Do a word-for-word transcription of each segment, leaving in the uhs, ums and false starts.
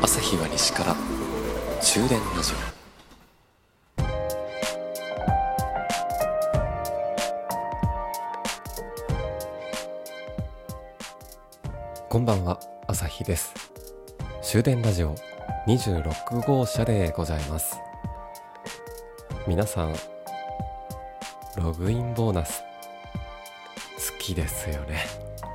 朝日は西から終電ラジオ。こんばんは、朝日です。終電ラジオにじゅうろくごうしゃでございます。皆さんログインボーナス好きですよね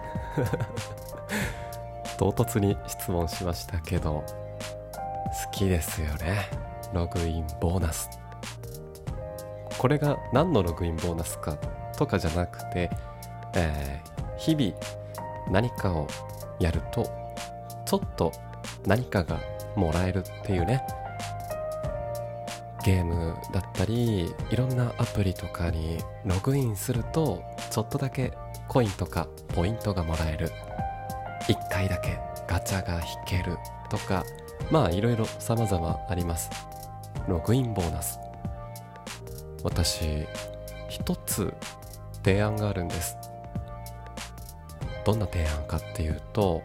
唐突に質問しましたけど、好きですよね、ログインボーナス。これが何のログインボーナスかとかじゃなくて、えー、日々何かをやるとちょっと何かがもらえるっていうね。ゲームだったりいろんなアプリとかにログインするとちょっとだけコインとかポイントがもらえる、いっかいだけガチャが引けるとか、まあいろいろ様々あります。ログインボーナス。私一つ提案があるんです。どんな提案かっていうと、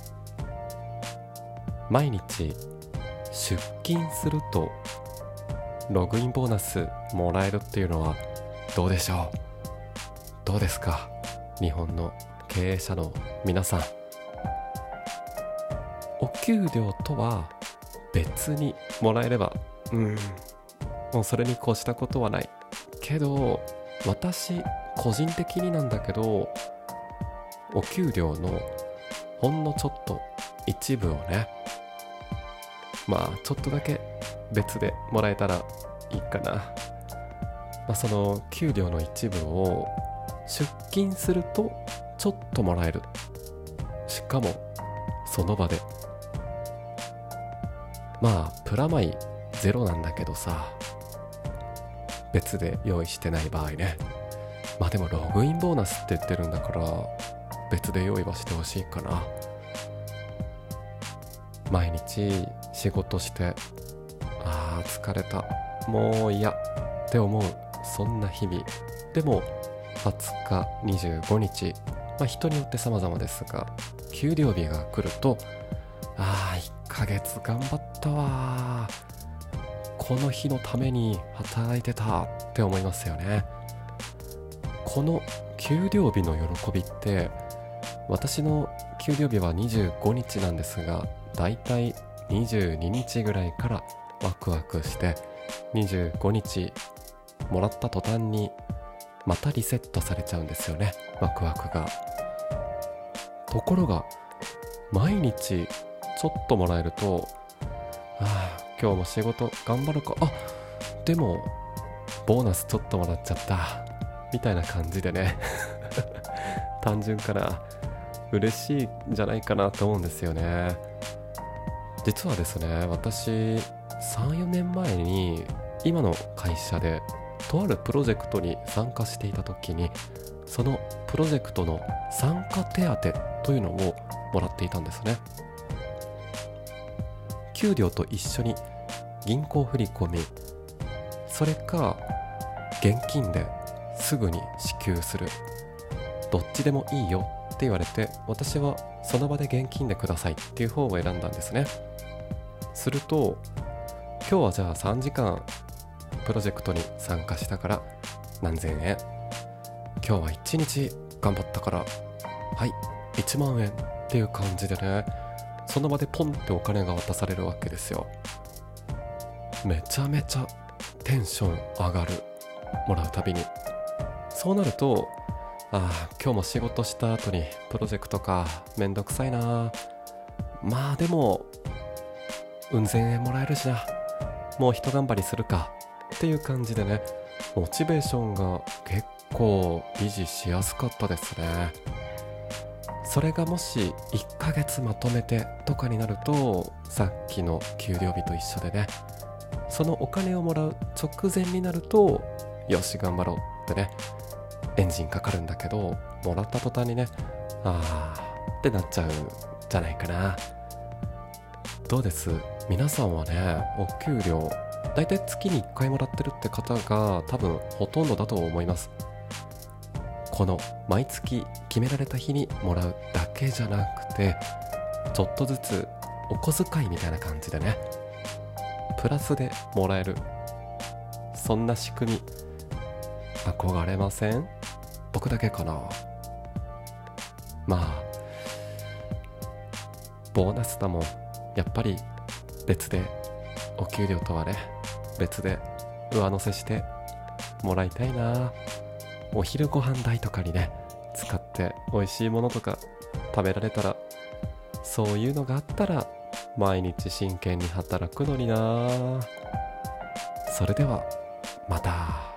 毎日出勤するとログインボーナスもらえるっていうのはどうでしょう。どうですか、日本の経営者の皆さん。お給料とは別にもらえれば、うーんもうそれに越したことはないけど、私個人的になんだけど、お給料のほんのちょっと一部をね、まあちょっとだけ別でもらえたらいいかな。まあ、その給料の一部を出勤するとちょっともらえる。しかもその場で。まあプラマイゼロなんだけどさ、別で用意してない場合ね。まあでもログインボーナスって言ってるんだから別で用意はしてほしいかな。毎日仕事して、あー疲れた、もう嫌って思う、そんな日々でもはつかにじゅうごにち、まあ人によって様々ですが、給料日が来ると、あーいっかげつ頑張ったわ、この日のために働いてたって思いますよね。この給料日の喜びって、私の給料日はにじゅうごにちなんですが、だいたいにじゅうににちぐらいからワクワクして、にじゅうごにちもらった途端にまたリセットされちゃうんですよね、ワクワクが。ところが毎日ちょっともらえると、ああ今日も仕事頑張るか、あでもボーナスちょっともらっちゃったみたいな感じでね単純かな、嬉しいんじゃないかなと思うんですよね。実はですね、私さん、よねんまえに今の会社でとあるプロジェクトに参加していた時に、そのプロジェクトの参加手当というのをもらっていたんですね。給料と一緒に銀行振り込み、それか現金ですぐに支給する、どっちでもいいよって言われて、私はその場で現金でくださいっていう方を選んだんですね。すると今日はじゃあさんじかんプロジェクトに参加したから何千円、今日はいちにち頑張ったからはいいちまんえんっていう感じでね、その場でポンってお金が渡されるわけですよ。めちゃめちゃテンション上がる、もらうたびに。そうなると、ああ今日も仕事した後にプロジェクトか、めんどくさいな、まあでもうん千円もらえるしな、もう一頑張りするかっていう感じでね、モチベーションが結構維持しやすかったですね。それがもしいっかげつまとめてとかになると、さっきの給料日と一緒でね、そのお金をもらう直前になると、よし頑張ろうってねエンジンかかるんだけど、もらった途端にね、あーってなっちゃうんじゃないかな。どうです？皆さんはね、お給料だいたい月にいっかいもらってるって方が多分ほとんどだと思います。この毎月決められた日にもらうだけじゃなくて、ちょっとずつお小遣いみたいな感じでね、プラスでもらえる、そんな仕組み憧れません？僕だけかな。まあボーナスだもん、やっぱり別で、お給料とはね別で上乗せしてもらいたいな。お昼ご飯代とかにね使って美味しいものとか食べられたら、そういうのがあったら毎日真剣に働くのにな。それではまた。